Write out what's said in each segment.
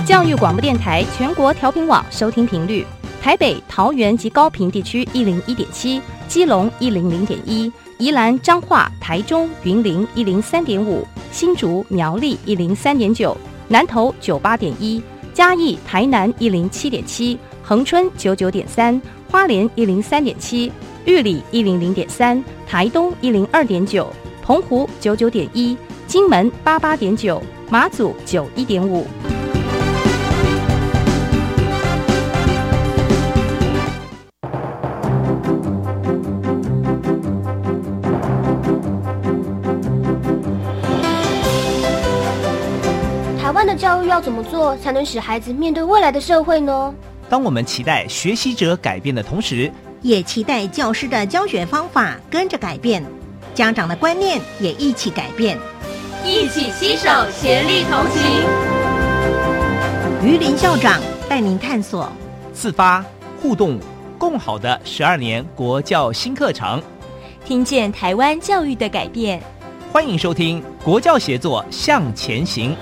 教育广播电台全国调频网收听频率：台北、桃园及高屏地区101.7，基隆100.1，宜兰、彰化、台中、云林103.5，新竹、苗栗103.9，南投98.1，嘉义、台南107.7，恒春99.3，花莲103.7，玉里100.3，台东102.9，澎湖99.1，金门88.9，马祖91.5。 台湾的教育要怎么做才能使孩子面对未来的社会呢？ 当我们期待学习者改变的同时， 也期待教师的教学方法跟着改变，家长的观念也一起改变， 一起携手协力同行。 于林校长带您探索自发互动共好的12年国教新课程， 听见台湾教育的改变。 欢迎收听国教协作向前行。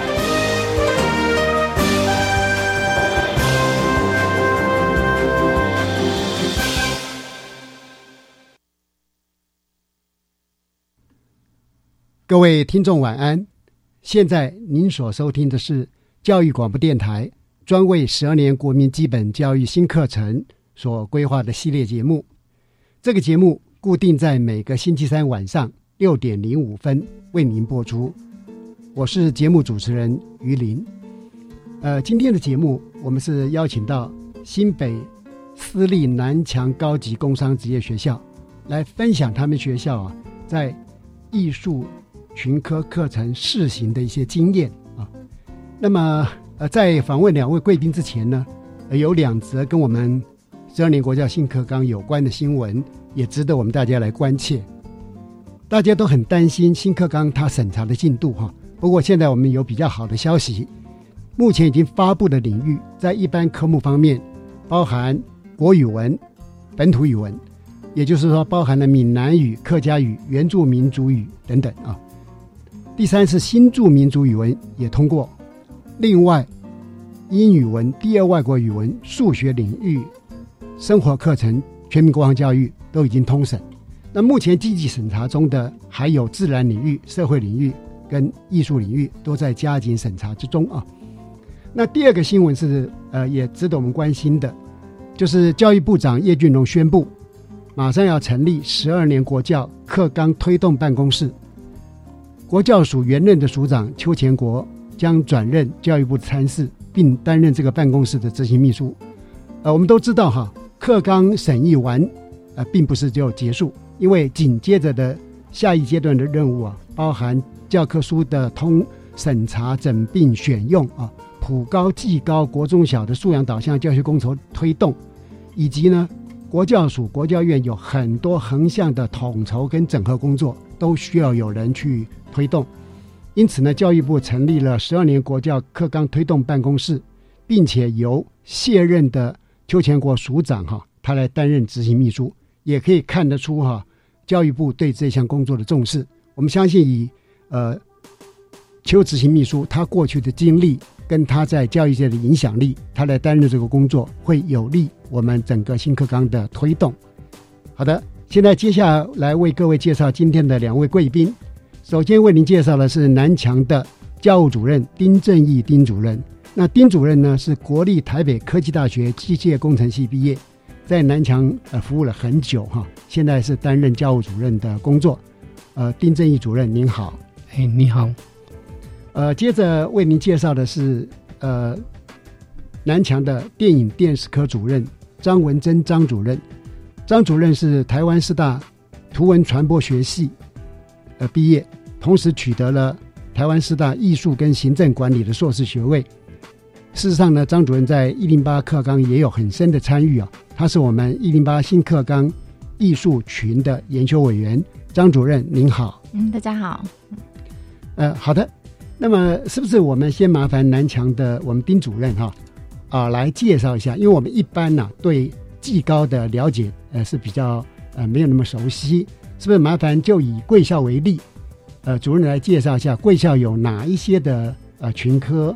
各位听众晚安，现在您所收听的是教育广播电台专为12年国民基本教育新课程所规划的系列节目。这个节目固定在每个星期三晚上6点05分为您播出。我是节目主持人于林。今天的节目我们是邀请到新北私立南强高级工商职业学校来分享他们学校在艺术群科课程试行的一些经验啊。那么在访问两位贵宾之前呢，有2则跟我们12年国教新课纲有关的新闻，也值得我们大家来关切。大家都很担心新课纲它审查的进度不过现在我们有比较好的消息，目前已经发布的领域在一般科目方面包含国语文、本土语文，也就是说包含了闽南语、客家语、原住民族语等等啊。第3是新住民族语文也通过，另外英语文、第2外国语文、数学领域、生活课程、全民国防教育都已经通审。那目前积极审查中的还有自然领域、社会领域跟艺术领域，都在加紧审查之中啊。那第2个新闻是也值得我们关心的，就是教育部长叶俊荣宣布马上要成立12年国教课纲推动办公室，国教署原任的署长邱前国将转任教育部参事，并担任这个办公室的执行秘书。我们都知道课纲审议完并不是就结束，因为紧接着的下一阶段的任务包含教科书的通审查、整并、选用普高、技高、国中小的素养导向教学工作推动，以及呢国教署、国教院有很多横向的统筹跟整合工作，都需要有人去推动。因此呢，教育部成立了12年国教课纲推动办公室，并且由卸任的邱前国署长他来担任执行秘书，也可以看得出教育部对这项工作的重视。我们相信以邱执行秘书他过去的经历跟他在教育界的影响力，他来担任这个工作会有利我们整个新课纲的推动。好的，现在接下来为各位介绍今天的2位贵宾。首先为您介绍的是南强的教务主任丁正义丁主任。那丁主任呢是国立台北科技大学机械工程系毕业，在南强服务了很久现在是担任教务主任的工作。丁正义主任您好。 你好。 接着为您介绍的是南强的电影电视科主任张文珍张主任。张主任是台湾师大图文传播学系毕业，同时取得了台湾师大艺术跟行政管理的硕士学位。事实上呢，张主任在108课纲也有很深的参与他是我们108新课纲艺术群的研修委员。张主任您好。 大家好。 好的，那么是不是我们先麻烦南强的我们丁主任来介绍一下，因为我们一般对技高的了解是比较没有那么熟悉，是不是麻烦就以贵校为例，主任来介绍一下贵校有哪一些的群科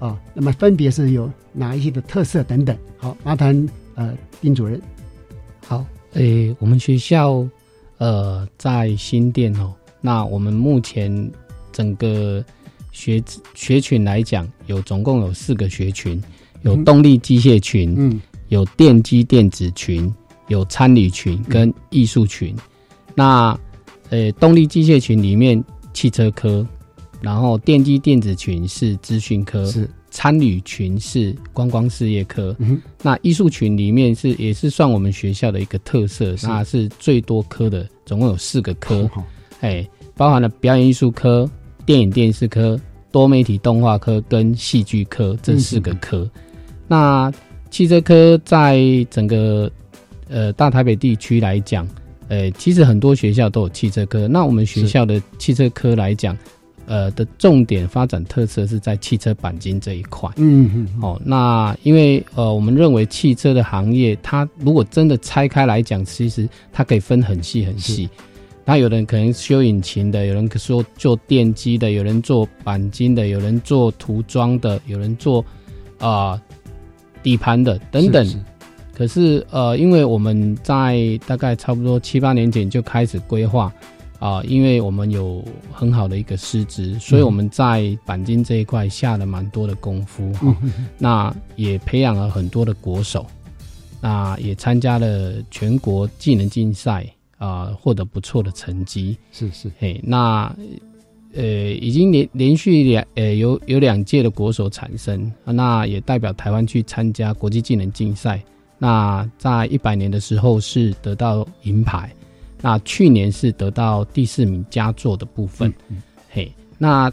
那么分别是有哪一些的特色等等。好，麻烦丁主任。 好，我们学校在新店那我们目前整个学群来讲，总共有4个学群，有动力机械群，有电机电子群，有参旅群跟艺术群。那动力机械群里面汽车科，然后电机电子群是资讯科，是参旅群是观光事业科，那艺术群里面也是算我们学校的一个特色，那是最多科的，总共有4个科，包含了表演艺术科、电影电视科、多媒体动画科跟戏剧科这4个科。那汽车科在整个大台北地区来讲，其实很多学校都有汽车科，那我们学校的汽车科来讲，的重点发展特色是在汽车钣金这一块。那因为我们认为汽车的行业，它如果真的拆开来讲，其实它可以分很细很细。那有人可能修引擎的，有人说做电机的，有人做钣金的，有人做涂装的，有人做底盘的等等。可是因为我们在大概差不多7、8年前就开始规划因为我们有很好的一个师资，所以我们在钣金这一块下了蛮多的功夫，那也培养了很多的国手，那也参加了全国技能竞赛获得不错的成绩。是那已经连续有2届的国手产生，那也代表台湾去参加国际技能竞赛。那在100年的时候是得到银牌，那去年是得到第4名佳作的部分。那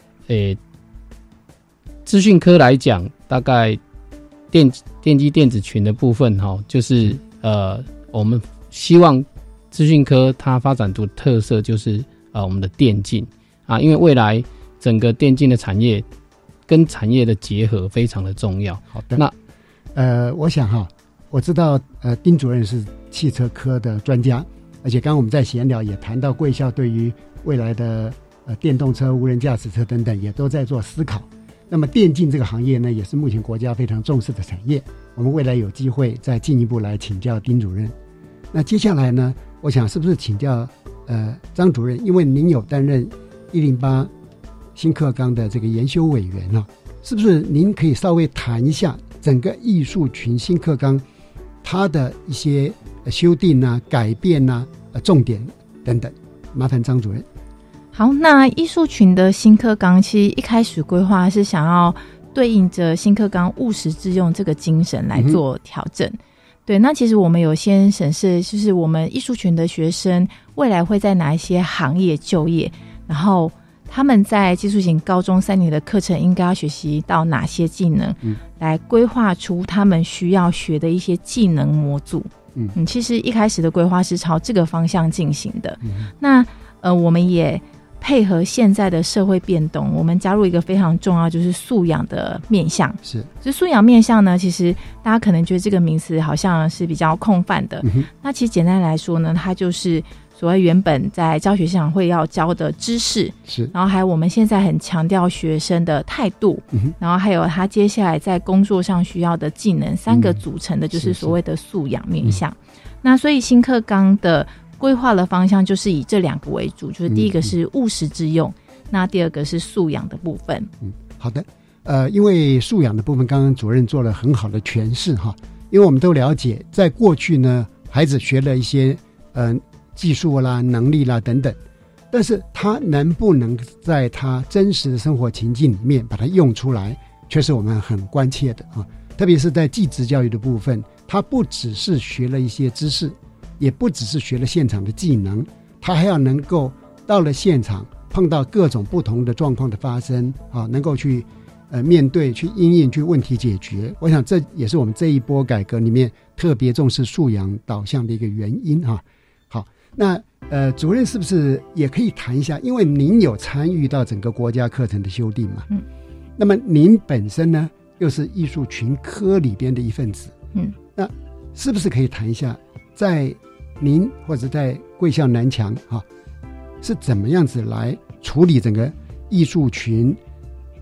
资讯科来讲，大概电机电子群的部分就是我们希望资讯科它发展出的特色就是我们的电竞因为未来整个电竞的产业跟产业的结合非常的重要。 好的，那我想我知道丁主任是汽车科的专家，而且刚刚我们在闲聊也谈到贵校对于未来的电动车、无人驾驶车等等也都在做思考。那么电竞这个行业呢，也是目前国家非常重视的产业，我们未来有机会再进一步来请教丁主任。那接下来呢，我想是不是请教张主任，因为您有担任108新课纲的这个研修委员是不是您可以稍微谈一下整个艺术群新课纲它的一些修订改变重点等等，麻烦张主任。 好，那艺术群的新课纲其实一开始规划是想要对应着新课纲务实致用这个精神来做调整。对，那其实我们有先审视，就是我们艺术群的学生未来会在哪一些行业就业，然后他们在技术型高中3年的课程应该要学习到哪些技能，来规划出他们需要学的一些技能模组。其实一开始的规划是朝这个方向进行的。那我们也配合现在的社会变动，我们加入一个非常重要就是素养的面向。所以素养面向呢，其实大家可能觉得这个名词好像是比较空泛的，那其实简单来说呢，它就是所谓原本在教学现场会要教的知识，然后还有我们现在很强调学生的态度，然后还有他接下来在工作上需要的技能，3个组成的就是所谓的素养面向。那所以新课纲的规划的方向就是以这2个为主，就是第一个是务实致用，那第2个是素养的部分。 好的，因为素养的部分刚刚主任做了很好的诠释因为我们都了解在过去呢，孩子学了一些技术啦、能力啦等等，但是他能不能在他真实的生活情境里面把它用出来，却是我们很关切的特别是在技职教育的部分，他不只是学了一些知识，也不只是学了现场的技能，他还要能够到了现场碰到各种不同的状况的发生能够去面对、去因应、去问题解决。我想这也是我们这一波改革里面特别重视素养导向的一个原因好，那主任是不是也可以谈一下，因为您有参与到整个国家课程的修订嘛，那么您本身呢又是艺术群科里边的一份子，那是不是可以谈一下在您或者在贵校南强是怎么样子来处理整个艺术群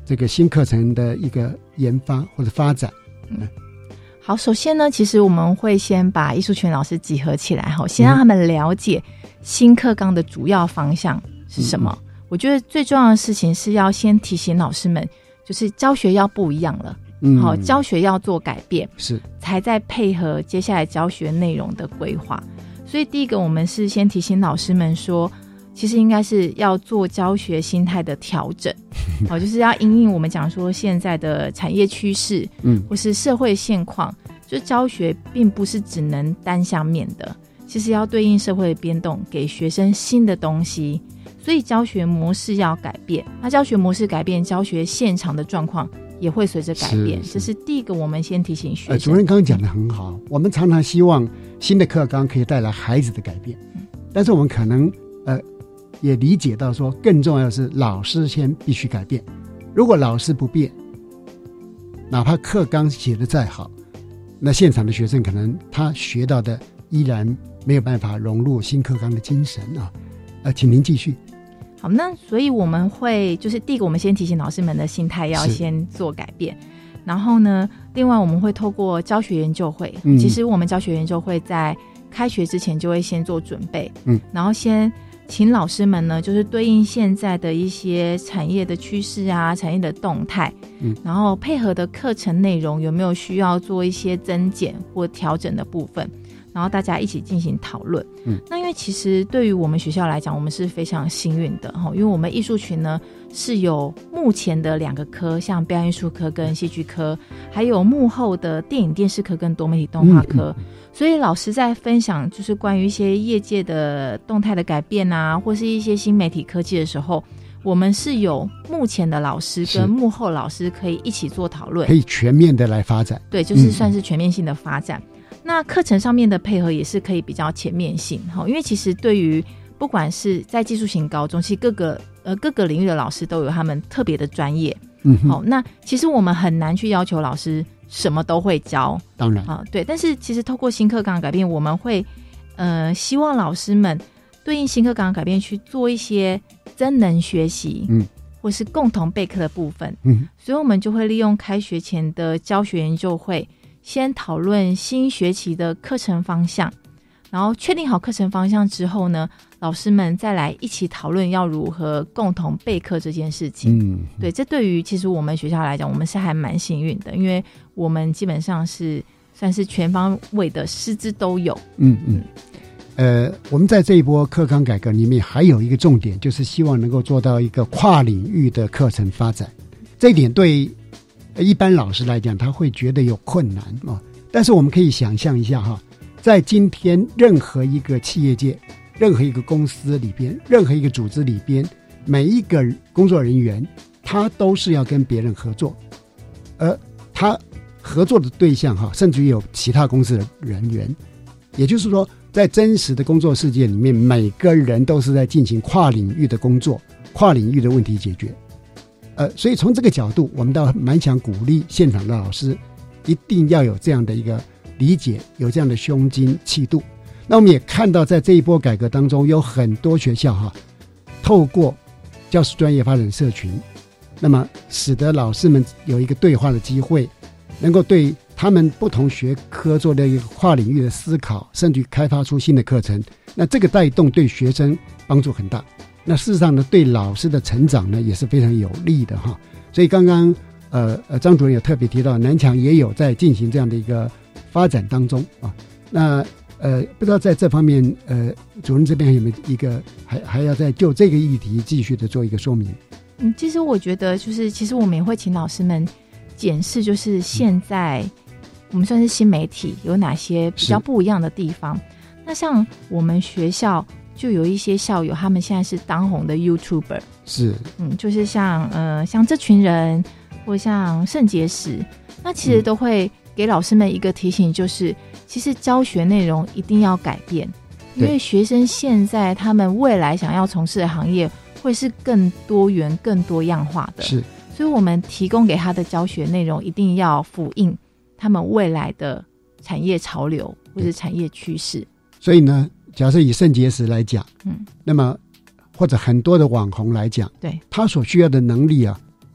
这个新课程的一个研发或者发展？ 好，首先呢，其实我们会先把艺术群老师集合起来，先让他们了解新课纲的主要方向是什么。我觉得最重要的事情是要先提醒老师们，就是教学要不一样了，好，教学要做改变， 是才在配合接下来教学内容的规划。所以第一个，我们是先提醒老师们说，其实应该是要做教学心态的调整，好，就是要因应我们讲说现在的产业趋势，或是社会现况，就教学并不是只能单向面的，其实要对应社会的变动，给学生新的东西。所以教学模式要改变，那教学模式改变，教学现场的状况也会随着改变，这是第一个我们先提醒学生。 主任刚刚讲得很好，我们常常希望新的课纲可以带来孩子的改变，但是我们可能也理解到说，更重要的是老师先必须改变。如果老师不变，哪怕课纲写得再好，那现场的学生可能他学到的依然没有办法融入新课纲的精神啊。请您继续。 好，那所以我们会就是第一个，我们先提醒老师们的心态要先做改变，然后呢，另外我们会透过教学研究会，其实我们教学研究会在开学之前就会先做准备，然后先请老师们呢，就是对应现在的一些产业的趋势啊，产业的动态，然后配合的课程内容有没有需要做一些增减或调整的部分，然后大家一起进行讨论。那因为其实对于我们学校来讲，我们是非常幸运的，因为我们艺术群呢是有目前的2个科，像表演艺术科跟戏剧科，还有幕后的电影电视科跟多媒体动画科，所以老师在分享就是关于一些业界的动态的改变啊，或是一些新媒体科技的时候，我们是有目前的老师跟幕后老师可以一起做讨论， 可以全面的来发展。对， 就是算是全面性的发展。那课程上面的配合也是可以比较全面性，因为其实对于不管是在技术型高中，其实各个领域的老师都有他们特别的专业。那其实我们很难去要求老师什么都会教， 当然对。但是其实透过新课纲的改变，我们会希望老师们对应新课纲的改变去做一些增能学习，或是共同备课的部分。所以我们就会利用开学前的教学研究会，先讨论新学期的课程方向，然后确定好课程方向之后呢，老师们再来一起讨论要如何共同备课这件事情。对，这对于其实我们学校来讲，我们是还蛮幸运的，因为我们基本上是算是全方位的师资都有。 我们在这一波课纲改革里面还有一个重点，就是希望能够做到一个跨领域的课程发展。这一点对一般老师来讲他会觉得有困难但是我们可以想象一下在今天任何一个企业界，任何一个公司里边，任何一个组织里边，每一个工作人员他都是要跟别人合作，而他合作的对象甚至于有其他公司的人员，也就是说在真实的工作世界里面，每个人都是在进行跨领域的工作，跨领域的问题解决。所以从这个角度，我们倒蛮想鼓励现场的老师一定要有这样的一个理解，有这样的胸襟气度。那我们也看到在这一波改革当中，有很多学校透过教师专业发展社群，那么使得老师们有一个对话的机会，能够对他们不同学科做的一个跨领域的思考，甚至开发出新的课程。那这个带动对学生帮助很大，那事实上呢，对老师的成长呢也是非常有利的所以刚刚张主任有特别提到，南强也有在进行这样的一个发展当中那不知道在这方面主任这边有没有一个还要再就这个议题继续的做一个说明？ 其实我觉得就是其实我们也会请老师们检视，就是现在我们算是新媒体有哪些比较不一样的地方。那像我们学校就有一些校友，他们现在是当红的 YouTuber， 就是像这群人，或像肾结石，那其实都会给老师们一个提醒，就是其实教学内容一定要改变，因为学生现在他们未来想要从事的行业会是更多元、更多样化的，所以我们提供给他的教学内容一定要符应他们未来的产业潮流或是产业趋势。 所以呢，假设以肾结石来讲，那么或者很多的网红来讲， 对他所需要的能力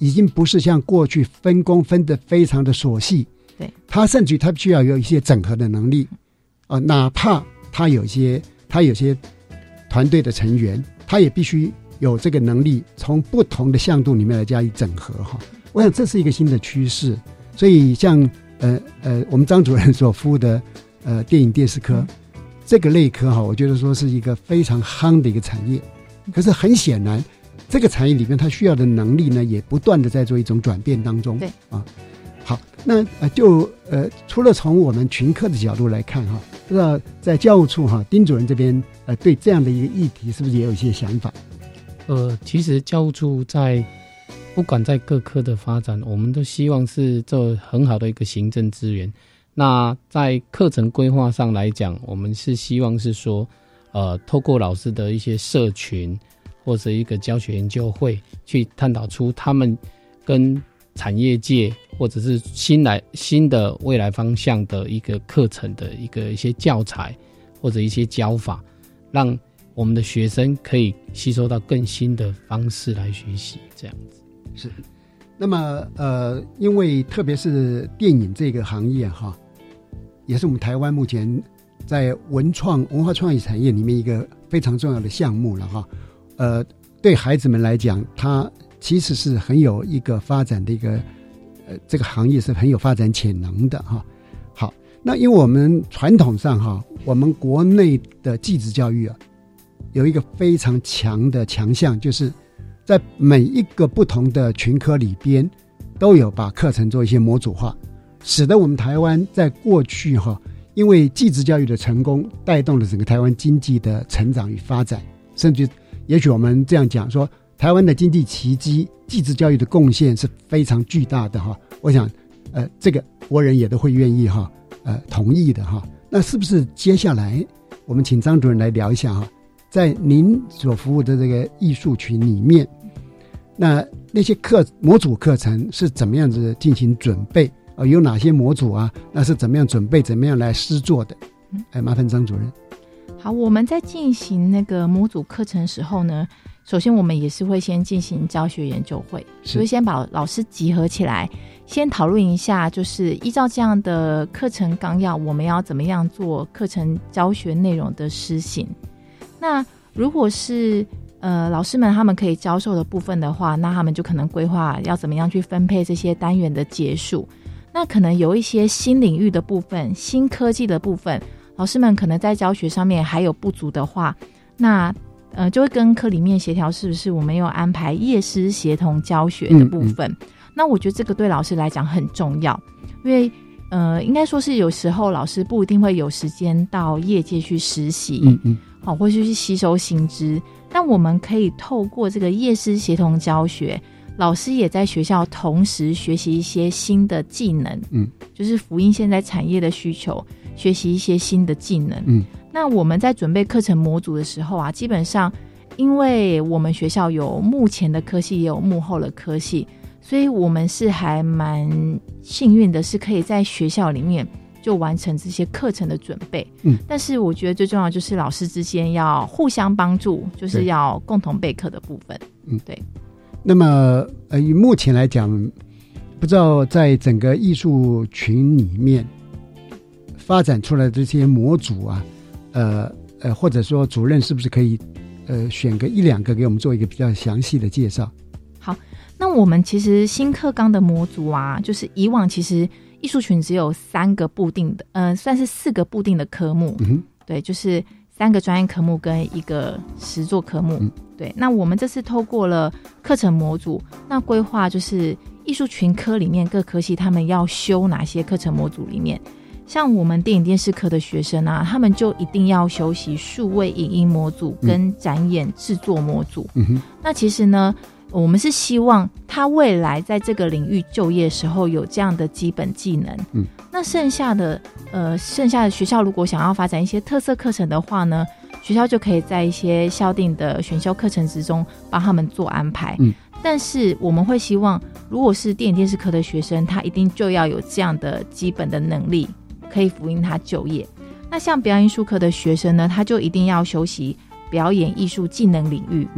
已经不是像过去分工分得非常的琐细， 对， 他甚至他需要有一些整合的能力哪怕他有些团队的成员，他也必须有这个能力从不同的向度里面来加以整合我想这是一个新的趋势。所以像我们张主任所服务的电影电视科这个类科我觉得说是一个非常夯的一个产业。可是很显然这个产业里面它需要的能力呢也不断的在做一种转变当中。 对好，那除了从我们群科的角度来看不知道在教务处丁主任这边对这样的一个议题是不是也有一些想法？ 其实教务处不管在各科的发展，我们都希望是做很好的一个行政资源。那在课程规划上来讲，我们是希望是说透过老师的一些社群或者一个教学研究会去探讨出他们跟产业界或者是新的未来方向的一个课程的一些教材或者一些教法，让我们的学生可以吸收到更新的方式来学习，这样子。 是。那么因为特别是电影这个行业也是我们台湾目前在文化创意产业里面一个非常重要的项目了对孩子们来讲，它其实是很有一个发展的一个这个行业是很有发展潜能的好，那因为我们传统上我们国内的技职教育有一个非常强的强项，就是在每一个不同的群科里边都有把课程做一些模组化，使得我们台湾在过去因为技职教育的成功带动了整个台湾经济的成长与发展，甚至也许我们这样讲说台湾的经济奇迹技职教育的贡献是非常巨大的我想这个国人也都会愿意同意的那是不是接下来我们请张主任来聊一下在您所服务的这个艺术群里面，那些模组课程是怎么样子进行准备有哪些模组那是怎么样准备怎么样来施作的麻烦张主任。 好，我们在进行那个模组课程的时候呢，首先我们也是会先进行教学研究会，就是先把老师集合起来，先讨论一下，就是依照这样的课程纲要，我们要怎么样做课程教学内容的施行。那如果是老师们他们可以教授的部分的话，那他们就可能规划要怎么样去分配这些单元的节数。那可能有一些新领域的部分、新科技的部分，老师们可能在教学上面还有不足的话，那就会跟科里面协调，是不是我们有安排业师协同教学的部分。那我觉得这个对老师来讲很重要，因为应该说是有时候老师不一定会有时间到业界去实习，或是去吸收新知，但我们可以透过这个业师协同教学，老师也在学校同时学习一些新的技能，就是符应现在产业的需求，学习一些新的技能。那我们在准备课程模组的时候基本上因为我们学校有幕前的科系也有幕后的科系，所以我们是还蛮幸运的，是可以在学校里面就完成这些课程的准备。但是我觉得最重要就是老师之间要互相帮助，就是要共同备课的部分。对。 那么以目前来讲，不知道在整个艺术群里面发展出来的这些模组或者说主任是不是可以选个一两个给我们做一个比较详细的介绍？ 好，那我们其实新课纲的模组就是以往其实艺术群只有3个固定的算是4个固定的科目，对，就是3个专业科目跟1个实作科目。对，那我们这次透过了课程模组，那规划就是艺术群科里面各科系他们要修哪些课程模组里面，像我们电影电视科的学生他们就一定要修习数位影音模组跟展演制作模组。那其实呢，我们是希望他未来在这个领域就业的时候有这样的基本技能。那剩下的学校如果想要发展一些特色课程的话呢，学校就可以在一些校定的选修课程之中帮他们做安排。但是我们会希望，如果是电影电视科的学生，他一定就要有这样的基本的能力，可以辅应他就业。那像表演艺术科的学生呢，他就一定要修习表演艺术技能领域。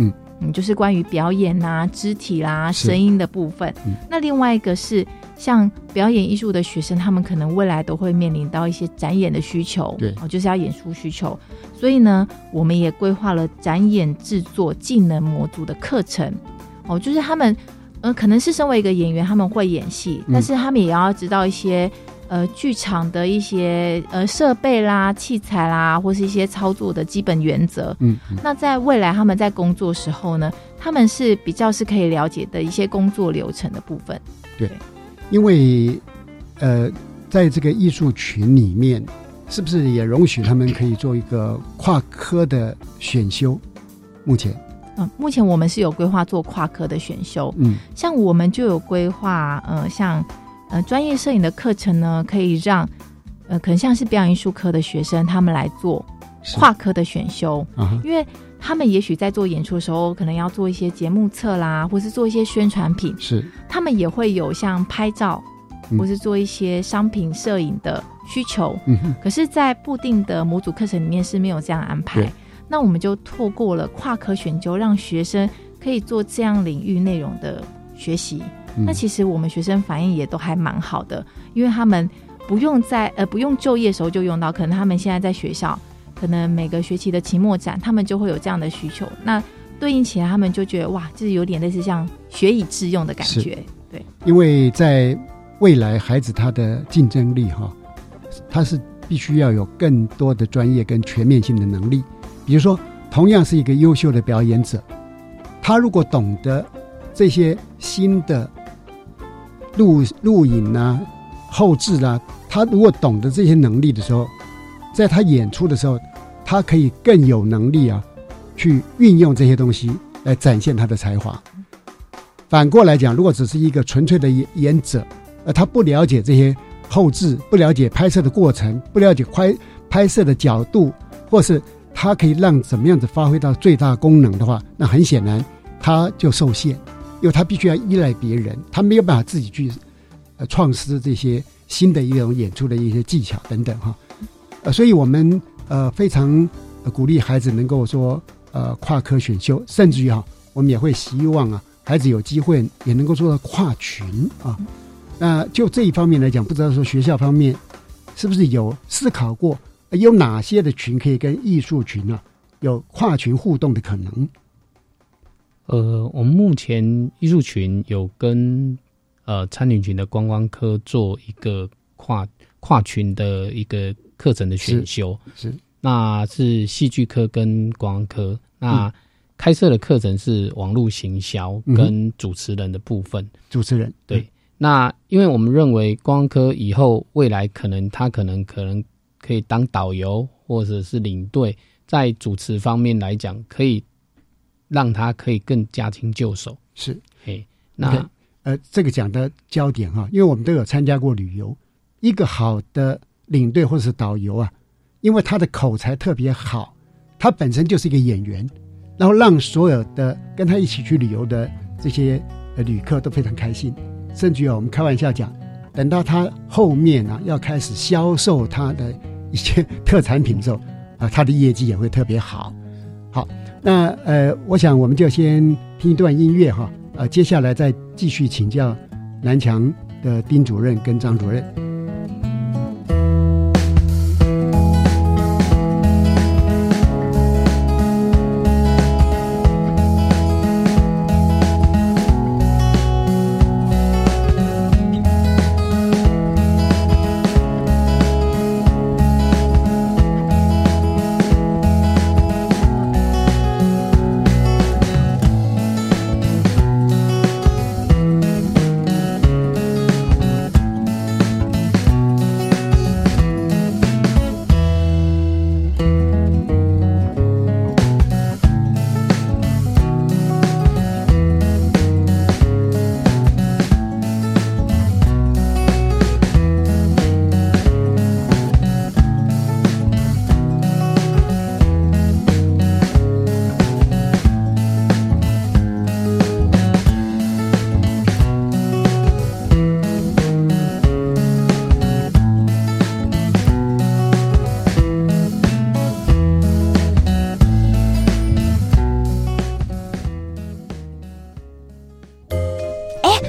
就是关于表演啊、肢体啦、声音的部分。那另外一个是像表演艺术的学生，他们可能未来都会面临到一些展演的需求， 对， 就是要演出需求。所以呢，我们也规划了展演制作技能模组的课程，就是他们可能是身为一个演员，他们会演戏，但是他们也要知道一些剧场的一些设备啦、器材啦，或是一些操作的基本原则。那在未来他们在工作时候呢，他们是比较是可以了解的一些工作流程的部分。 对，因为在这个艺术群里面，是不是也容许他们可以做一个跨科的选修？目前我们是有规划做跨科的选修。像我们就有规划像专业摄影的课程呢，可以让可能像是表演艺术科的学生他们来做跨科的选修，因为他们也许在做演出的时候可能要做一些节目册啦，或是做一些宣传品，是他们也会有像拍照或是做一些商品摄影的需求，可是在固定的模组课程里面是没有这样安排。那我们就透过了跨科选修，让学生可以做这样领域内容的学习。那其实我们学生反应也都还蛮好的，因为他们不用就业的时候就用到，可能他们现在在学校，可能每个学期的期末展，他们就会有这样的需求。那对应起来，他们就觉得哇，这有点类似像学以致用的感觉。对，因为在未来孩子他的竞争力他是必须要有更多的专业跟全面性的能力。比如说，同样是一个优秀的表演者，他如果懂得这些新的录影啊、后制啊，他如果懂得这些能力的时候，在他演出的时候，他可以更有能力去运用这些东西来展现他的才华。反过来讲，如果只是一个纯粹的演者，他不了解这些后制，不了解拍摄的过程，不了解拍摄的角度，或是他可以让怎么样子发挥到最大功能的话，那很显然他就受限，因为他必须要依赖别人，他没有办法自己去创施这些新的一种演出的一些技巧等等所以我们非常鼓励孩子能够说跨科选修，甚至于我们也会希望孩子有机会也能够做到跨群那就这一方面来讲，不知道说学校方面是不是有思考过有哪些的群可以跟艺术群有跨群互动的可能？ 我们目前艺术群有跟餐饮群的观光科做一个跨群的一个课程的选修，是那是戏剧科跟观光科，那开设的课程是网络行销跟主持人的部分。主持人对，那因为我们认为观光科以后未来他可能可以当导游或者是领队，在主持方面来讲，可以让他可以更驾轻就熟。是，那这个讲的焦点因为我们都有参加过旅游，一个好的领队或者是导游因为他的口才特别好，他本身就是一个演员，然后让所有的跟他一起去旅游的这些旅客都非常开心，甚至于我们开玩笑讲，等到他后面要开始销售他的一些特产品的时候他的业绩也会特别好。好，那我想我们就先听一段音乐接下来再继续请教南强的丁主任跟张主任。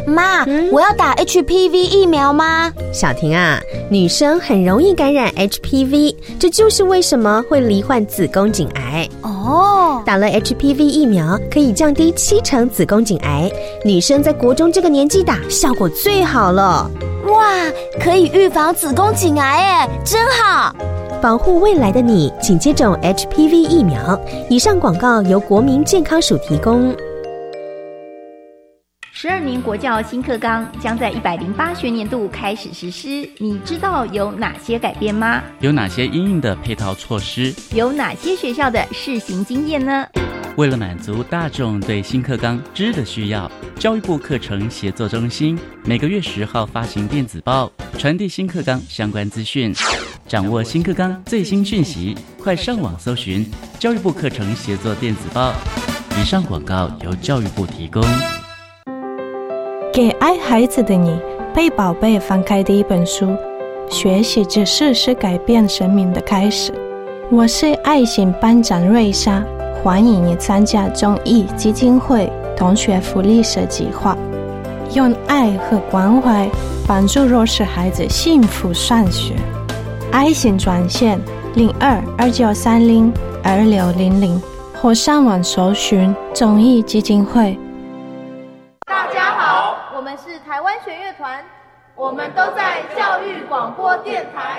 妈，我要打 HPV 疫苗吗？ 小婷啊，女生很容易感染 HPV， 这就是为什么会罹患子宫颈癌。打了 HPV 疫苗可以降低70%子宫颈癌，女生在国中这个年纪打效果最好了。 哇，可以预防子宫颈癌耶，真好！ 保护未来的你，请接种 HPV 疫苗。以上广告由国民健康署提供。 12年国教新课纲将在108学年度开始实施，你知道有哪些改变吗？ 有哪些因应的配套措施？ 有哪些学校的试行经验呢？ 为了满足大众对新课纲知的需要，教育部课程协作中心每个月10号发行电子报，传递新课纲相关资讯。掌握新课纲最新讯息，快上网搜寻教育部课程协作电子报。以上广告由教育部提供。 给爱孩子的你，被宝贝翻开第一本书，学习知识是改变生命的开始。我是爱心班长瑞莎，欢迎你参加忠义基金会同学福利社计划，用爱和关怀帮助弱势孩子幸福上学。爱心专线02-2930-2600或上网搜寻忠义基金会。 大家好，我们是台湾弦乐团，我们都在教育广播电台。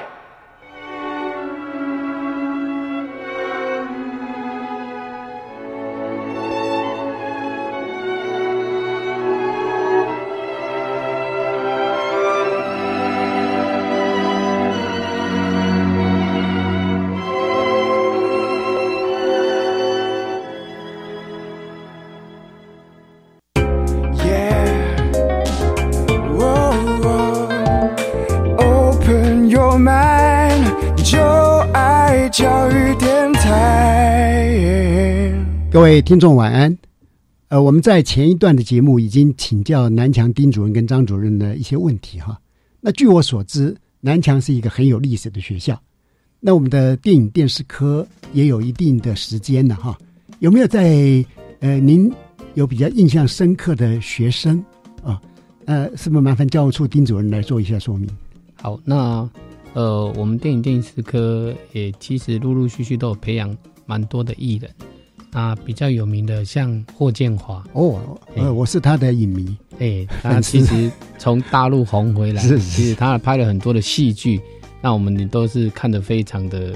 教育电台， 各位听众晚安。我们在前一段的节目已经请教南强丁主任跟张主任的一些问题哈。那据我所知，南强是一个很有历史的学校，那我们的电影电视科也有一定的时间了哈。有没有在您有比较印象深刻的学生啊？是不是麻烦教务处丁主任来做一下说明？ 好，那我们电影电视科也其实陆陆续续都有培养蛮多的艺人啊，比较有名的像霍建华我是他的影迷， 他其实从大陆红回来，其实他拍了很多的戏剧，那我们都是看得非常的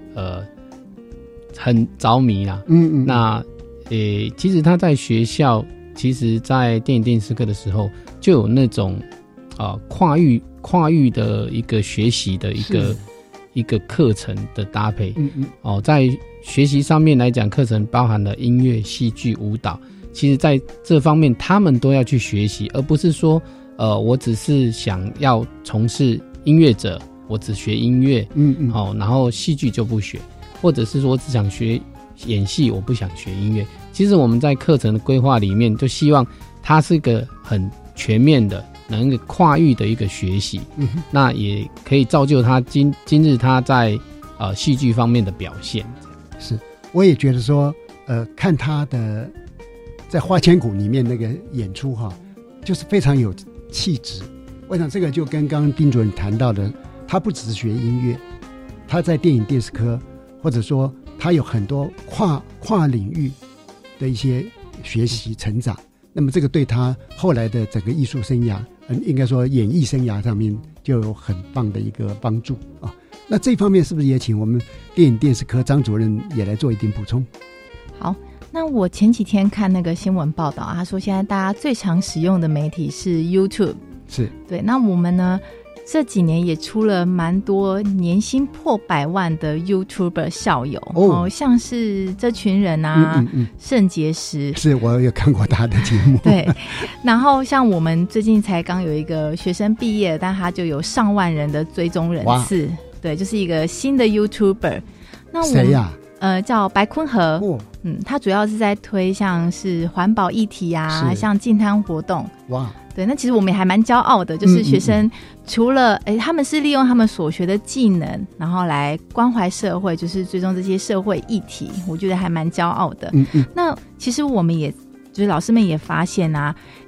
很着迷啦。那其实他在学校，其实在电影电视科的时候就有那种跨域的一个学习的一个课程的搭配。在学习上面来讲，课程包含了音乐、戏剧、舞蹈，其实在这方面他们都要去学习，而不是说我只是想要从事音乐者，我只学音乐，然后戏剧就不学，或者是说我只想学演戏，我不想学音乐。其实我们在课程的规划里面就希望它是一个很全面的能够跨域的一个学习，那也可以造就他今日他在戏剧方面的表现。 是，我也觉得说，看他的在《花千骨》里面那个演出哈，就是非常有气质。我想这个就跟刚刚丁主任谈到的，他不只是学音乐，他在电影电视科，或者说他有很多跨领域的一些学习成长。那么这个对他后来的整个艺术生涯，应该说演艺生涯上面就有很棒的一个帮助啊。那这方面是不是也请我们电影电视科张主任也来做一点补充？ 好，那我前几天看那个新闻报道，他说现在大家最常使用的媒体是 YouTube， 是对。 那我们呢这几年也出了蛮多年薪破100万的 YouTuber 校友像是这群人啊，肾结石， 是我有看过他的节目。 对，然后像我们最近才刚有一个学生毕业，但他就有上万人的追踪人次，对，就是一个新的 YouTuber。那我谁呀？ 叫白坤和，他主要是在推像是环保议题啊，像净滩活动。哇，对，那其实我们也还蛮骄傲的，就是学生除了他们是利用他们所学的技能，然后来关怀社会，就是追踪这些社会议题，我觉得还蛮骄傲的。那其实我们也就是老师们也发现啊，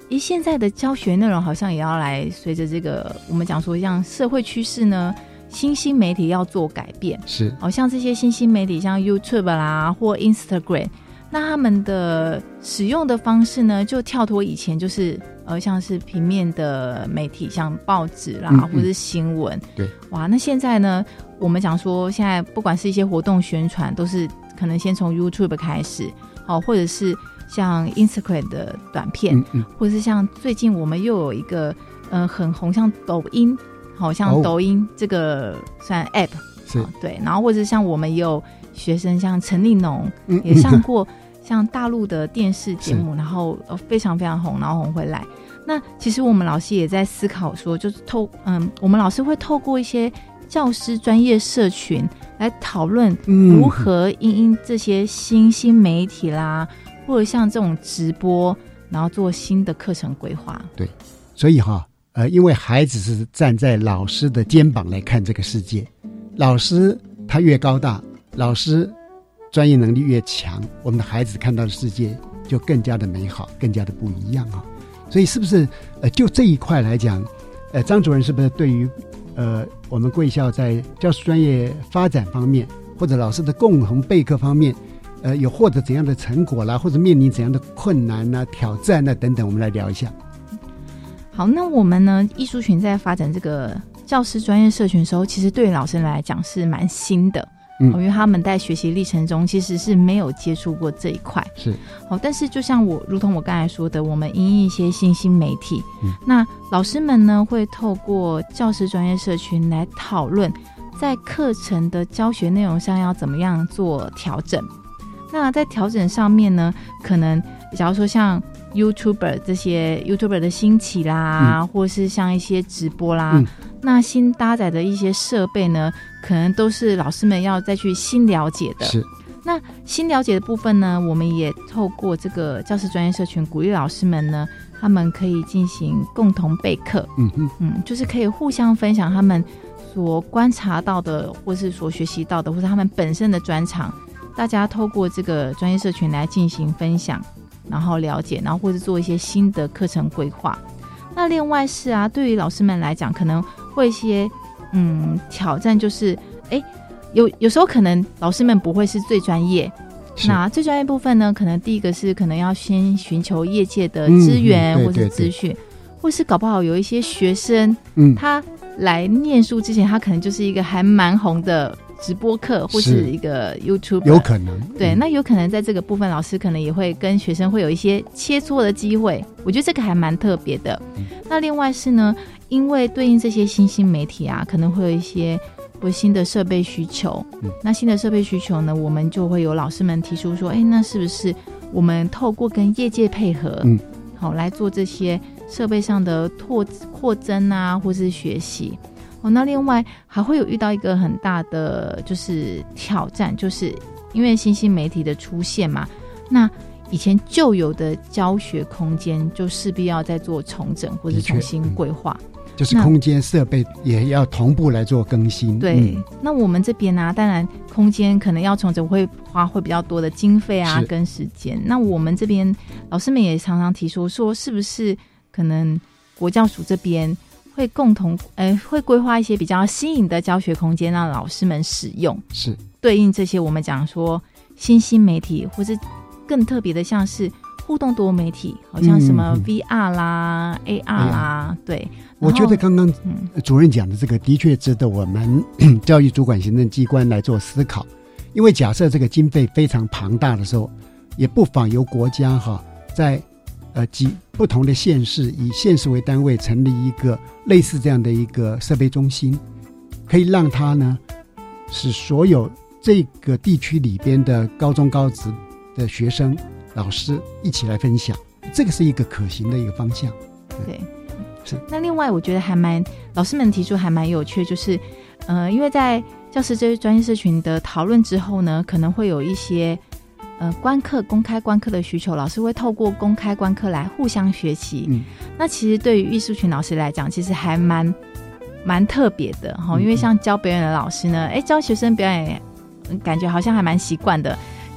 现在的教学内容好像也要来随着这个我们讲说像社会趋势呢，新兴媒体要做改变， 是好像这些新兴媒体像 YouTube 啦或 Instagram， 那他们的使用的方式呢就跳脱以前就是像是平面的媒体像报纸啦或者是新闻， 对， 哇，那现在呢我们讲说现在不管是一些活动宣传都是可能先从 YouTube 开始，或者是像 Instagram 的短片，或者是像最近我们又有一个很红像抖音，好像抖音这个算 App， 是， 对，然后或者像我们也有学生像陈立农也上过像大陆的电视节目，然后非常非常红，然后红回来。那其实我们老师也在思考说，就是我们老师会透过一些教师专业社群来讨论如何因这些新兴媒体啦，或者像这种直播，然后做新的课程规划。 对，所以因为孩子是站在老师的肩膀来看这个世界，老师他越高大，老师专业能力越强，我们的孩子看到的世界就更加的美好，更加的不一样啊。所以是不是就这一块来讲，张主任是不是对于我们贵校在教师专业发展方面，或者老师的共同备课方面，有获得怎样的成果啦，或者面临怎样的困难啊、挑战啊等等，我们来聊一下。 好，那我们呢，艺术群在发展这个教师专业社群的时候，其实对于老师来讲是蛮新的，因为他们在学习历程中其实是没有接触过这一块。 是， 但是就像如同我刚才说的，我们因应一些新兴媒体，那老师们呢会透过教师专业社群来讨论，在课程的教学内容上要怎么样做调整。那在调整上面呢，可能假如说像YouTuber 这些 YouTuber 的兴起啦，或是像一些直播啦，那新搭载的一些设备呢，可能都是老师们要再去新了解的。 是， 那新了解的部分呢，我们也透过这个教师专业社群，鼓励老师们呢，他们可以进行共同备课，就是可以互相分享他们所观察到的，或是所学习到的，或是他们本身的专长，大家透过这个专业社群来进行分享，然后了解，然后或是做一些新的课程规划。那另外是对于老师们来讲，可能会一些挑战，就是有时候可能老师们不会是最专业，那最专业部分呢，可能第一个是可能要先寻求业界的资源或是资讯，或是搞不好有一些学生，他来念书之前，他可能就是一个还蛮红的直播课或是一个 YouTube， 有可能， 对，那有可能在这个部分，老师可能也会跟学生会有一些切磋的机会，我觉得这个还蛮特别的。那另外是呢，因为对应这些新兴媒体可能会有一些新的设备需求，那新的设备需求呢，我们就会有老师们提出说，那是不是我们透过跟业界配合，好来做这些设备上的扩增或是学习。那另外还会有遇到一个很大的就是挑战，就是因为新兴媒体的出现嘛，那以前旧有的教学空间就势必要再做重整或是重新规划， 就是空间设备也要同步来做更新。 对，那我们这边当然空间可能要重整会花比较多的经费跟时间。那我们这边老师们也常常提出说，是不是可能国教署这边会共同会规划一些比较新颖的教学空间让老师们使用， 是对应这些我们讲说新兴媒体，或是更特别的像是互动多媒体，好像什么 VR 啦、AR 啦，对。 我觉得刚刚主任讲的这个的确值得我们教育主管行政机关来做思考，因为假设这个经费非常庞大的时候，也不妨由国家在几不同的县市，以县市为单位成立一个类似这样的一个设备中心，可以让它呢使所有这个地区里边的高中高职的学生老师一起来分享，这个是一个可行的一个方向。 对，是。那另外我觉得老师们提出还蛮有趣的，就是因为在教师这些专业社群的讨论之后呢，可能会有一些公开观课的需求，老师会透过公开观课来互相学习。那其实对于艺术群老师来讲，其实还蛮特别的因为像教表演的老师呢，教学生表演感觉好像还蛮习惯的，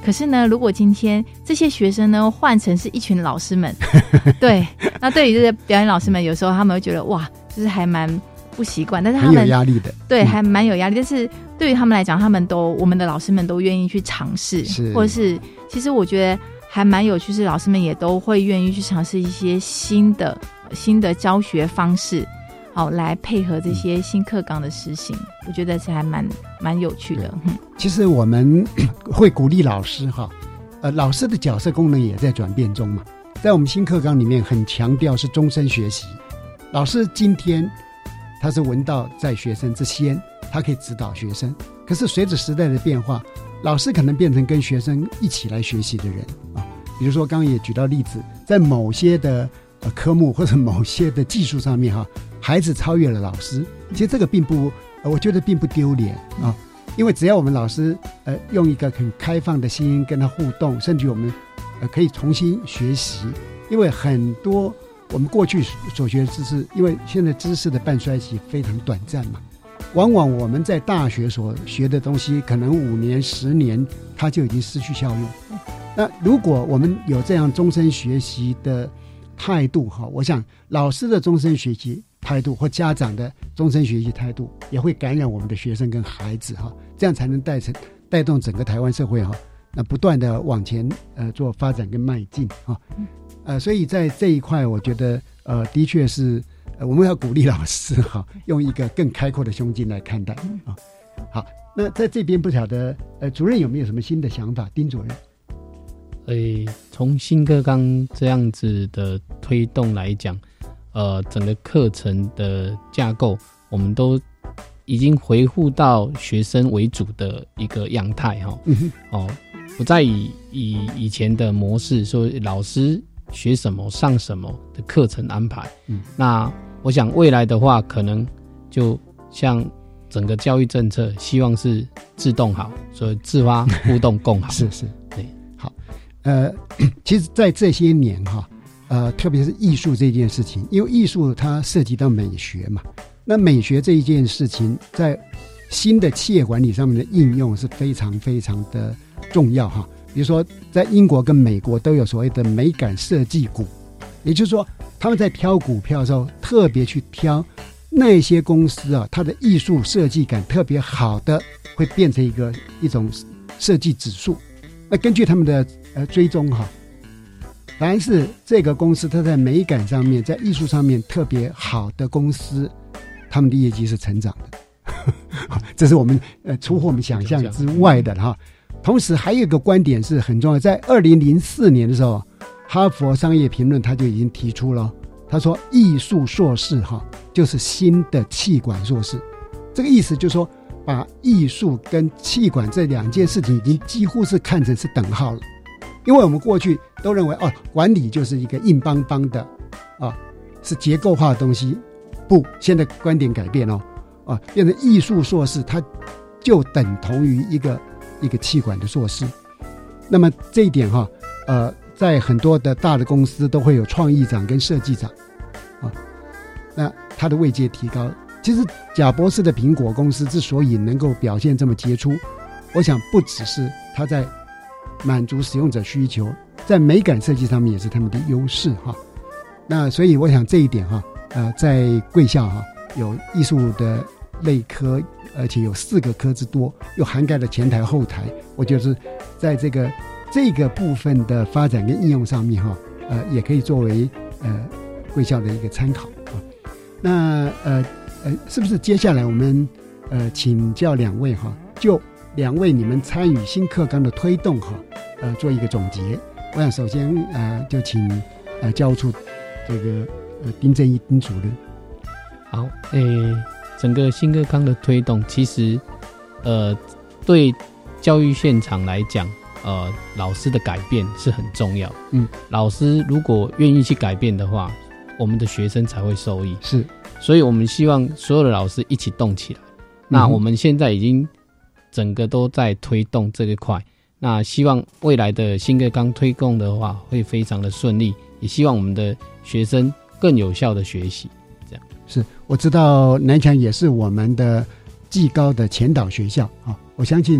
可是呢，如果今天这些学生呢换成是一群老师们，对，那对于这些表演老师们，有时候他们会觉得哇，就是还蛮不习惯，但是他们很有压力的， 对，还蛮有压力。但是对于他们来讲，我们的老师们都愿意去尝试，或者是其实我觉得还蛮有趣，是老师们也都会愿意去尝试一些新的教学方式，好来配合这些新课纲的实行，我觉得是还蛮有趣的。 其实我们会鼓励老师哈，老师的角色功能也在转变中嘛。在我们新课纲里面很强调是终身学习，老师今天他是文道在学生之先，他可以指导学生。可是随着时代的变化，老师可能变成跟学生一起来学习的人啊。比如说刚刚也举到例子，在某些的科目或者某些的技术上面哈，孩子超越了老师，其实这个我觉得并不丢脸啊。因为只要我们老师用一个很开放的心跟他互动，甚至我们可以重新学习。因为很多我们过去所学的知识，因为现在知识的半衰期非常短暂嘛，往往我们在大学所学的东西，可能5年10年它就已经失去效用。那如果我们有这样终身学习的态度哈，我想老师的终身学习态度或家长的终身学习态度也会感染我们的学生跟孩子哈，这样才能带动整个台湾社会哈，那不断的往前做发展跟迈进哈。所以在这一块我觉得的确是我们要鼓励老师哈，用一个更开阔的胸襟来看待啊。好，那在这边不晓得主任有没有什么新的想法？丁主任。 从新课纲这样子的推动来讲，整个课程的架构，我们都已经回复到学生为主的一个样态哈。不再以前的模式说老师学什么上什么的课程安排。那我想未来的话，可能就像整个教育政策，希望是自动好，所以自发互动共好。 是，对，好。其实在这些年哈，特别是艺术这件事情，因为艺术它涉及到美学嘛，那美学这一件事情在新的企业管理上面的应用是非常非常的重要哈。比如说在英国跟美国都有所谓的美感设计股，也就是说他们在挑股票的时候特别去挑那些公司啊，它的艺术设计感特别好的，会变成一种设计指数。那根据他们的追踪哈，答案是这个公司它在美感上面，在艺术上面特别好的公司，他们的业绩是成长的。这是我们出乎我们想象之外的哈。同时还有一个观点是很重要，在2004年的时候，哈佛商业评论他就已经提出了，他说艺术硕士哈就是新的企管硕士。这个意思就是说，把艺术跟企管这两件事情已经几乎是看成是等号了。因为我们过去都认为管理就是一个硬邦邦的是结构化的东西，不，现在观点改变变成艺术硕士，它就等同于一个企管的硕士。那么这一点在很多的大的公司都会有创意长跟设计长那他的位阶提高。其实贾博士的苹果公司之所以能够表现这么杰出，我想不只是他在满足使用者需求，在美感设计上面也是他们的优势哈。那所以我想这一点在贵校有艺术的类科，而且有4个科之多，又涵盖了前台后台，我觉得是在这个部分的发展跟应用上面也可以作为贵校的一个参考那是不是接下来我们请教2位就2位你们参与新课纲的推动做一个总结。我想首先就请教务处这个丁正一丁主任。 好，整个新课纲的推动，其实对教育现场来讲，老师的改变是很重要。老师如果愿意去改变的话，我们的学生才会受益。 是， 所以我们希望所有的老师一起动起来。那我们现在已经整个都在推动这一块，那希望未来的新课纲推动的话会非常的顺利，也希望我们的学生更有效的学习。这样是，我知道南强也是我们的技高的前导学校我相信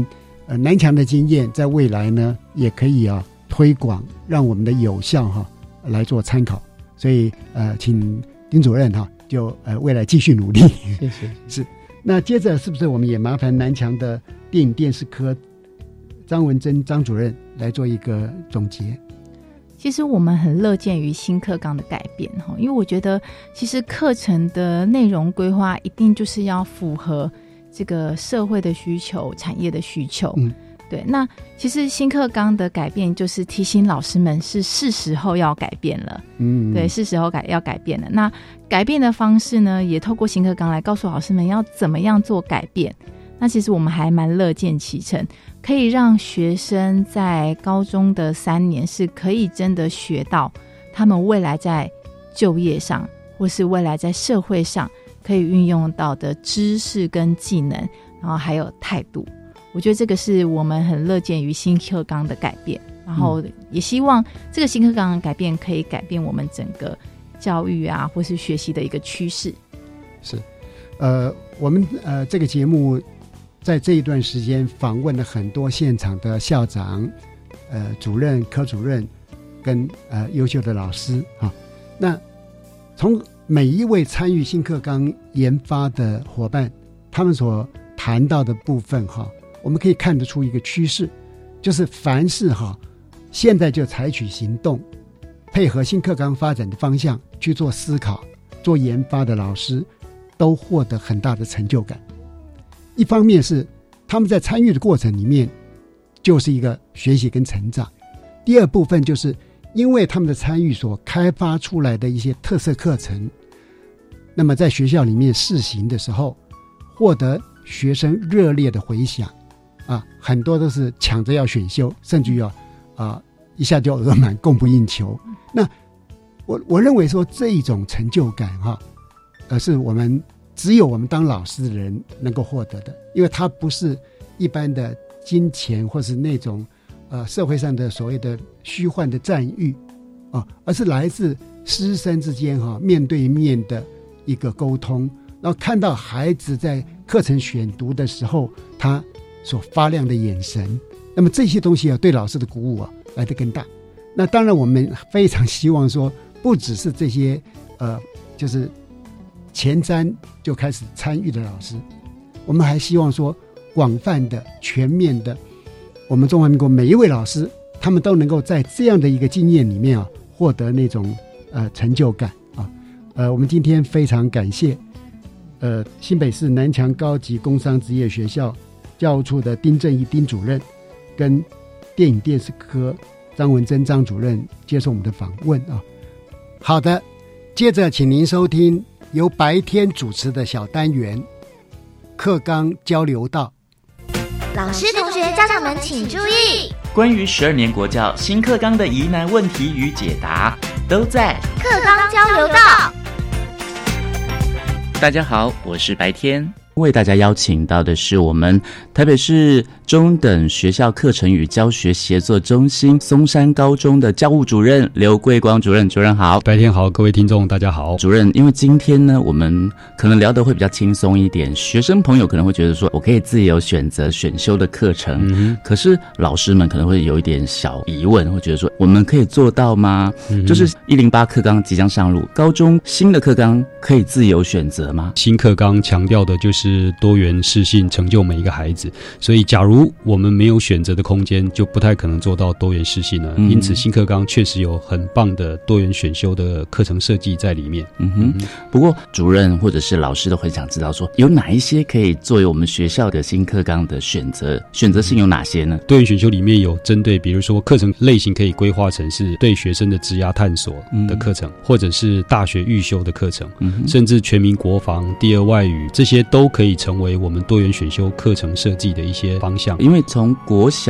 南强的经验在未来呢也可以推广，让我们的有效来做参考。所以请丁主任就未来继续努力。 谢谢。 是。那接着是不是我们也麻烦南强的电影电视科张文珍张主任来做一个总结？ 其实我们很乐见于新课纲的改变，因为我觉得其实课程的内容规划一定就是要符合这个社会的需求、产业的需求。对。那其实新课纲的改变就是提醒老师们是时候要改变了。对，是时候要改变了。那改变的方式呢，也透过新课纲来告诉老师们要怎么样做改变。那其实我们还蛮乐见其成，可以让学生在高中的3年是可以真的学到他们未来在就业上或是未来在社会上可以运用到的知识跟技能，然后还有态度。我觉得这个是我们很乐见于新课纲的改变，然后也希望这个新课纲的改变可以改变我们整个教育或是学习的一个趋势。 是。我们这个节目在这一段时间访问了很多现场的校长、主任、科主任跟优秀的老师那从每一位参与新课纲研发的伙伴，他们所谈到的部分我们可以看得出一个趋势，就是凡是现在就采取行动，配合新课纲发展的方向去做思考、做研发的老师，都获得很大的成就感。一方面是他们在参与的过程里面就是一个学习跟成长，第二部分就是因为他们的参与所开发出来的一些特色课程，那么在学校里面试行的时候获得学生热烈的回响很多都是抢着要选修，甚至于一下就额满，供不应求。那我认为说这一种成就感是我们只有我们当老师的人能够获得的，因为它不是一般的金钱或是那种社会上的所谓的虚幻的赞誉而是来自师生之间面对面的一个沟通，然后看到孩子在课程选读的时候他所发亮的眼神，那么这些东西对老师的鼓舞来得更大。那当然我们非常希望说不只是这些就是前瞻就开始参与的老师，我们还希望说广泛的、全面的，我们中华民国每一位老师他们都能够在这样的一个经验里面获得那种成就感我们今天非常感谢新北市南强高级工商职业学校教务处的丁正义丁主任跟电影电视科张文珍张主任接受我们的访问好的，接着请您收听由白天主持的小单元课纲交流道。 老师、同学、家长们请注意， 关于12年国教新课纲的疑难问题与解答，都在课纲交流道。 大家好，我是白天。为大家邀请到的是我们台北市中等学校课程与教学协作中心松山高中的教务主任刘桂光主任。主任好。 白天好，各位听众大家好。 主任，因为今天呢我们可能聊得会比较轻松一点，学生朋友可能会觉得说我可以自由选择选修的课程可是老师们可能会有一点小疑问，会觉得说我们可以做到吗就是108课纲即将上路，高中新的课纲可以自由选择吗？ 新课纲强调的就是多元适性，成就每一个孩子，所以假如我们没有选择的空间，就不太可能做到多元适性了因此新课纲确实有很棒的多元选修的课程设计在里面不过主任或者是老师都很想知道说有哪一些可以作为我们学校的新课纲的选择性有哪些呢？ 多元选修里面有针对比如说课程类型可以规划成是对学生的职涯探索的课程或者是大学预修的课程甚至全民国防、第二外语，这些都可以成为我们多元选修课程设计的一些方向。 因为从国小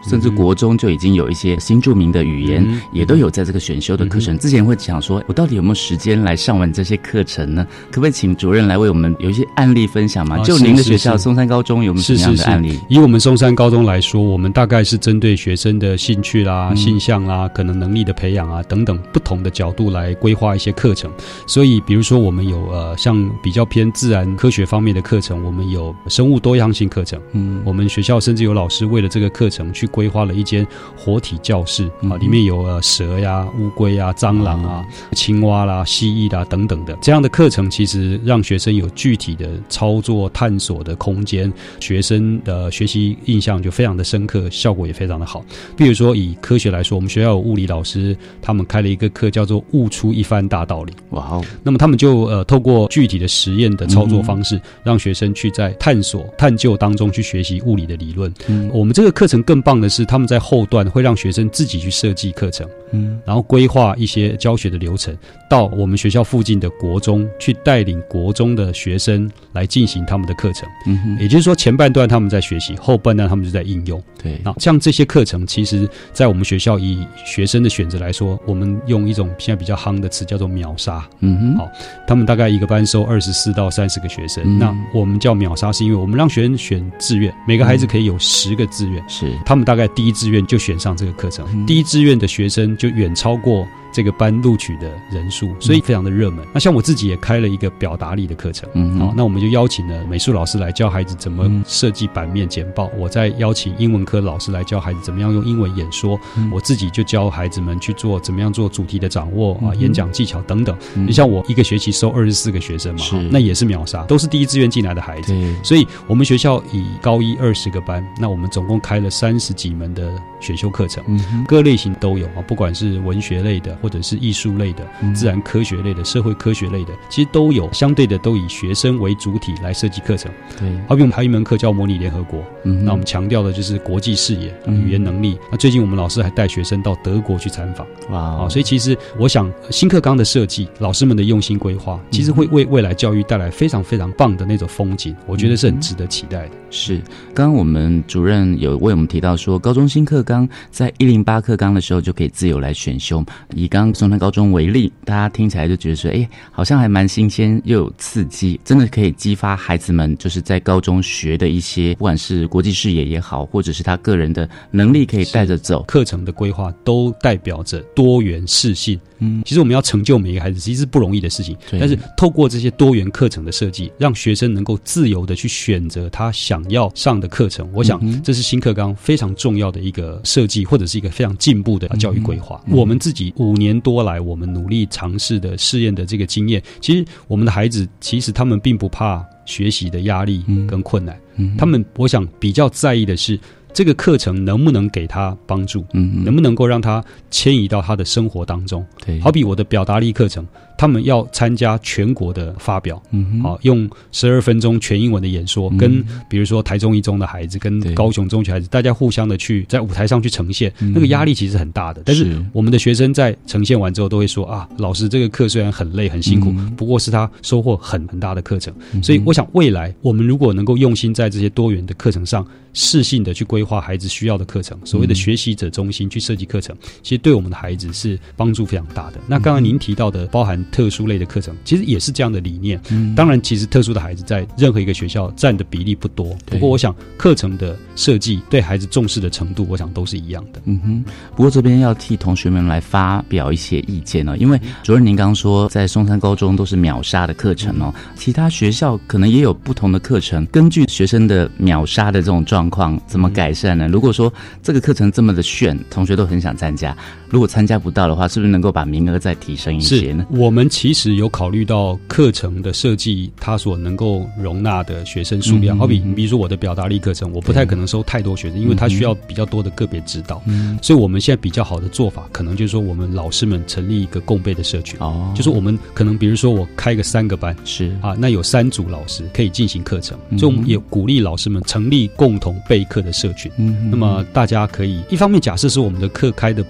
甚至国中就已经有一些新著名的语言，也都有在这个选修的课程。之前会想说，我到底有没有时间来上完这些课程呢？可不可以请主任来为我们有一些案例分享吗？就您的学校松山高中有没有什么样的案例？ 以我们松山高中来说，我们大概是针对学生的兴趣啦、性向啦、可能能力的培养啊等等不同的角度来规划一些课程。所以比如说我们有像比较偏自然科学方面的课程，我们有生物多样性课程。我们学校甚至有老师为了这个课程去规划了一间活体教室啊，里面有蛇呀、乌龟啊、蟑螂啊、青蛙啦、蜥蜴啦等等的。这样的课程其实让学生有具体的操作探索的空间，学生的学习印象就非常的深刻，效果也非常的好。比如说以科学来说，我们学校有物理老师，他们开了一个课叫做悟出一番大道理。哇哦！那么他们就透过具体的实验的操作方式，让学生去在探索探究当中去学习物理的理论。我们这个课程更棒的是，他们在后段会让学生自己去设计课程，然后规划一些教学的流程，到我们学校附近的国中去带领国中的学生来进行他们的课程。也就是说，前半段他们在学习，后半段他们就在应用。对，那像这些课程，其实在我们学校以学生的选择来说，我们用一种现在比较夯的词叫做秒杀。好，他们大概一个班收24到30个学生。那我们叫秒杀，是因为我们让学生选志愿，每个孩子可以有10个志愿，是他们大概第一志愿就选上这个课程，第一志愿的学生就远超过这个班录取的人数，所以非常的热门。那像我自己也开了一个表达力的课程，好，那我们就邀请了美术老师来教孩子怎么设计版面简报，我再邀请英文科老师来教孩子怎么样用英文演说，我自己就教孩子们去做怎么样做主题的掌握啊，演讲技巧等等。你像我一个学期收24个学生嘛，那也是秒杀，都是第一志愿进来的孩子。所以我们学校以高一20个班，那我们总共开了30几门的选修课程，各类型都有啊，不管是文学类的，或者是艺术类的、自然科学类的、社会科学类的，其实都有。相对的，都以学生为主体来设计课程。对，好比我们还有一门课叫模拟联合国，那我们强调的就是国际视野、语言能力。那最近我们老师还带学生到德国去参访。哇，所以其实我想，新课纲的设计，老师们的用心规划，其实会为未来教育带来非常非常棒的那种风景。我觉得是很值得期待的。 是，刚刚我们主任有为我们提到说，高中新课纲在108课纲的时候就可以自由来选修。以刚刚松山高中为例，大家听起来就觉得说，好像还蛮新鲜又有刺激，真的可以激发孩子们就是在高中学的一些，不管是国际视野也好，或者是他个人的能力可以带着走。 课程的规划都代表着多元适性。其实我们要成就每一个孩子，其实是不容易的事情。但是透过这些多元课程的设计，让学生能够自由的去选择他想要上的课程，我想这是新课纲非常重要的一个设计，或者是一个非常进步的教育规划。我们自己5年多来，我们努力尝试的试验的这个经验，其实我们的孩子其实他们并不怕学习的压力跟困难，他们我想比较在意的是这个课程能不能给他帮助，能不能够让他迁移到他的生活当中。好比我的表达力课程，他们要参加全国的发表，用12分钟全英文的演说，跟比如说台中一中的孩子跟高雄中学孩子，大家互相的去在舞台上去呈现，那个压力其实很大的。但是我们的学生在呈现完之后都会说啊，老师这个课虽然很累很辛苦，不过是他收获很大的课程。所以我想未来我们如果能够用心在这些多元的课程上，适性的去规划孩子需要的课程，所谓的学习者中心去设计课程，其实对我们的孩子是帮助非常大的。那刚刚您提到的包含特殊类的课程，其实也是这样的理念。当然其实特殊的孩子在任何一个学校占的比例不多，不过我想课程的设计对孩子重视的程度，我想都是一样的。 不过这边要替同学们来发表一些意见因为主任您刚刚说在松山高中都是秒杀的课程其他学校可能也有不同的课程，根据学生的秒杀的这种状况怎么改善呢？如果说这个课程这么的炫，同学都很想参加，如果参加不到的话，是不是能够把名额再提升一些呢？ 我们其实有考虑到课程的设计，它所能够容纳的学生数量。好比如说我的表达力课程，我不太可能收太多学生，因为它需要比较多的个别指导。所以我们现在比较好的做法，可能就是说我们老师们成立一个共备的社群，就是我们可能比如说我开个3个班，那有3组老师可以进行课程，所以我们也鼓励老师们成立共同备课的社群。那么大家可以一方面假设是我们的课开的不用太多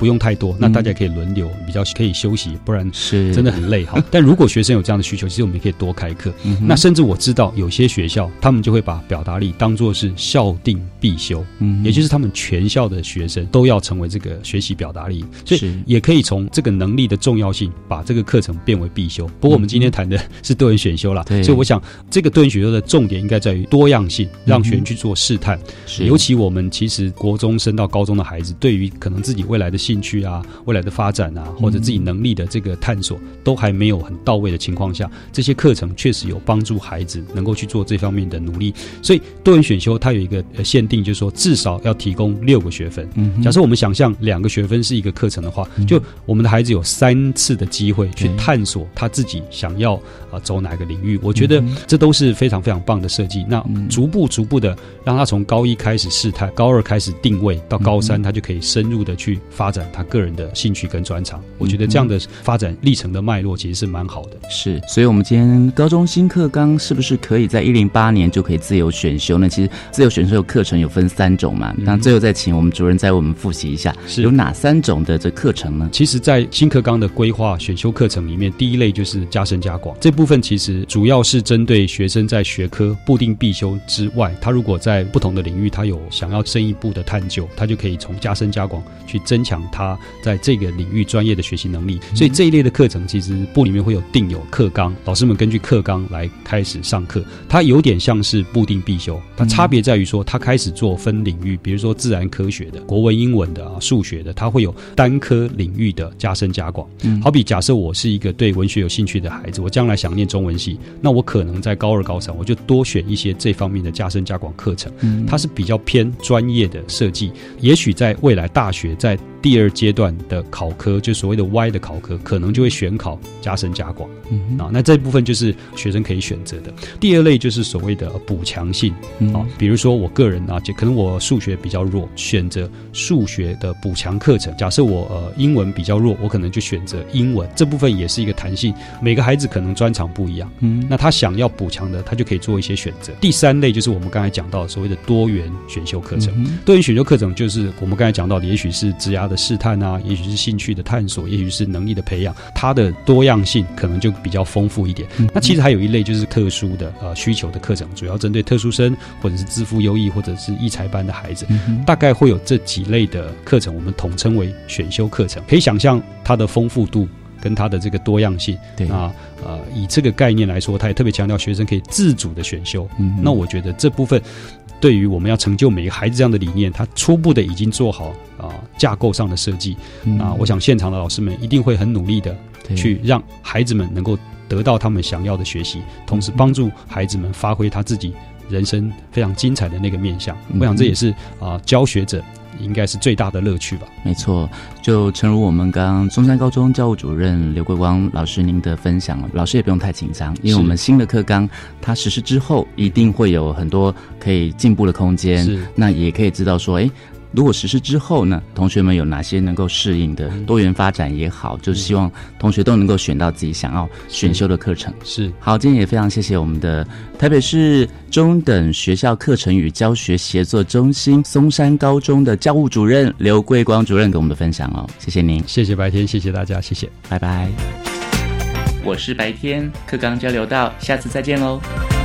多，那大家可以轮流，比较可以休息，不然是真的很累哈。但如果学生有这样的需求，其实我们也可以多开课。那甚至我知道有些学校他们就会把表达力当作是校定必修，也就是他们全校的学生都要成为这个学习表达力，所以也可以从这个能力的重要性把这个课程变为必修。不过我们今天谈的是多元选修啦，所以我想这个多元选修的重点应该在于多样性，让学生去做试探。尤其我们其实国中升到高中的孩子，对于可能自己未来的兴趣啊、未来的发展啊，或者自己能力的这个探索都还没有很到位的情况下，这些课程确实有帮助孩子能够去做这方面的努力。所以多元选修它有一个限定，就是说至少要提供6个学分。假设我们想象2个学分是一个课程的话，就我们的孩子有3次的机会去探索他自己想要走哪个领域。我觉得这都是非常非常棒的设计。那逐步的让他从高1开始试探，高2开始定位，到高3他就可以深入的去发展他个人的兴趣跟专长。我觉得这样的发展历程的脉络其实是蛮好的。 是，所以我们今天高中新课纲是不是可以在108年就可以自由选修呢？其实自由选修的课程有分3种嘛，那最后再请我们主任再为我们复习一下，有哪3种的这课程呢？ 其实在新课纲的规划选修课程里面，第一类就是加深加广，这部分其实主要是针对学生在学科固定必修之外，他如果在不同的领域他有想要深一步的探究，他就可以从加深加广去增强他在这个领域专业的学习能力。所以这一类的课程其实部里面会有定有课纲，老师们根据课纲来开始上课，它有点像是固定必修，它差别在于说他开始做分领域，比如说自然科学的、国文英文的数学的，它会有单科领域的加深加广。好比假设我是一个对文学有兴趣的孩子，我将来想念中文系，那我可能在高2高3我就多选一些这方面的加深加广课程，它是比较偏专业的设计。也许在未来大学在第2阶段的考科，就所谓的 Y 的考科，可能就会选考加深加广。那这部分就是学生可以选择的。第2类就是所谓的补强性，比如说我个人可能我数学比较弱，选择数学的补强课程。假设我英文比较弱，我可能就选择英文，这部分也是一个弹性，每个孩子可能专长不一样，那他想要补强的，他就可以做一些选择。第3类就是我们刚才讲到的所谓的多元选修课程。多元选修课程就是我们刚才讲到的，也许是职涯的试探啊，也许是兴趣的探索，也许是能力的培养，它的多样性可能就比较丰富一点。那其实还有一类就是特殊的需求的课程，主要针对特殊生或者是自负优异或者是艺才班的孩子，大概会有这几类的课程，我们统称为选修课程。可以想象它的丰富度跟它的这个多样性。那以这个概念来说，他也特别强调学生可以自主的选修。那我觉得这部分对于我们要成就每个孩子这样的理念，他初步的已经做好架构上的设计。我想现场的老师们一定会很努力的去让孩子们能够得到他们想要的学习，同时帮助孩子们发挥他自己人生非常精彩的那个面向。我想这也是教学者应该是最大的乐趣吧。 没错，就诚如我们刚刚中山高中教务主任刘桂光老师您的分享，老师也不用太紧张，因为我们新的课纲它实施之后一定会有很多可以进步的空间，那也可以知道说如果实施之后呢，同学们有哪些能够适应的多元发展也好，就是希望同学都能够选到自己想要选修的课程。 是， 好，今天也非常谢谢我们的台北市中等学校课程与教学协作中心松山高中的教务主任刘桂光主任给我们的分享哦，谢谢您。 谢谢白天，谢谢大家，谢谢， 拜拜。我是白天，课纲交流道，下次再见喽。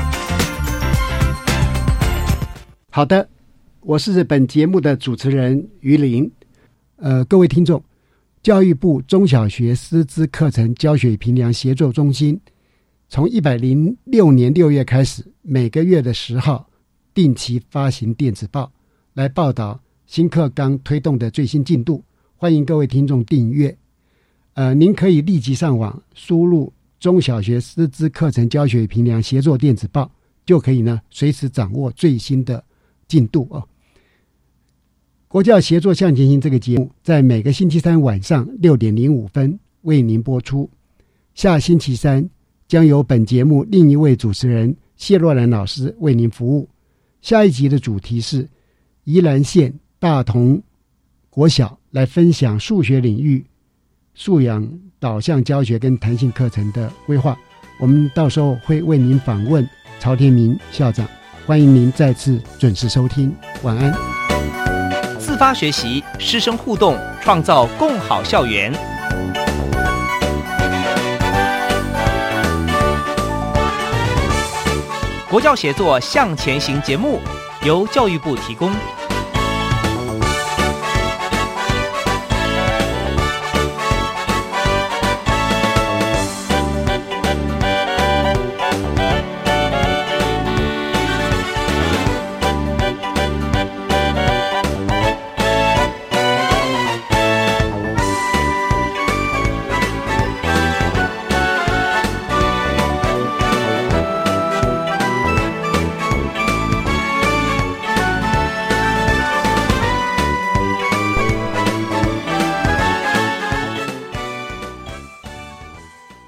好的，我是本节目的主持人于林。各位听众，教育部中小学师资课程教学与评量协作中心从106年6月开始，每个月的10号定期发行电子报，来报道新课纲推动的最新进度，欢迎各位听众订阅。您可以立即上网输入中小学师资课程教学与评量协作电子报，就可以呢随时掌握最新的进度哦。国教协作向前行这个节目在每个星期三晚上6点05分为您播出，下星期三将由本节目另一位主持人谢若兰老师为您服务。下一集的主题是宜兰县大同国小来分享数学领域素养导向教学跟弹性课程的规划，我们到时候会为您访问曹天明校长，欢迎您再次准时收听，晚安。 自自发学习，师生互动，创造共好校园。国教协作向前行节目由教育部提供。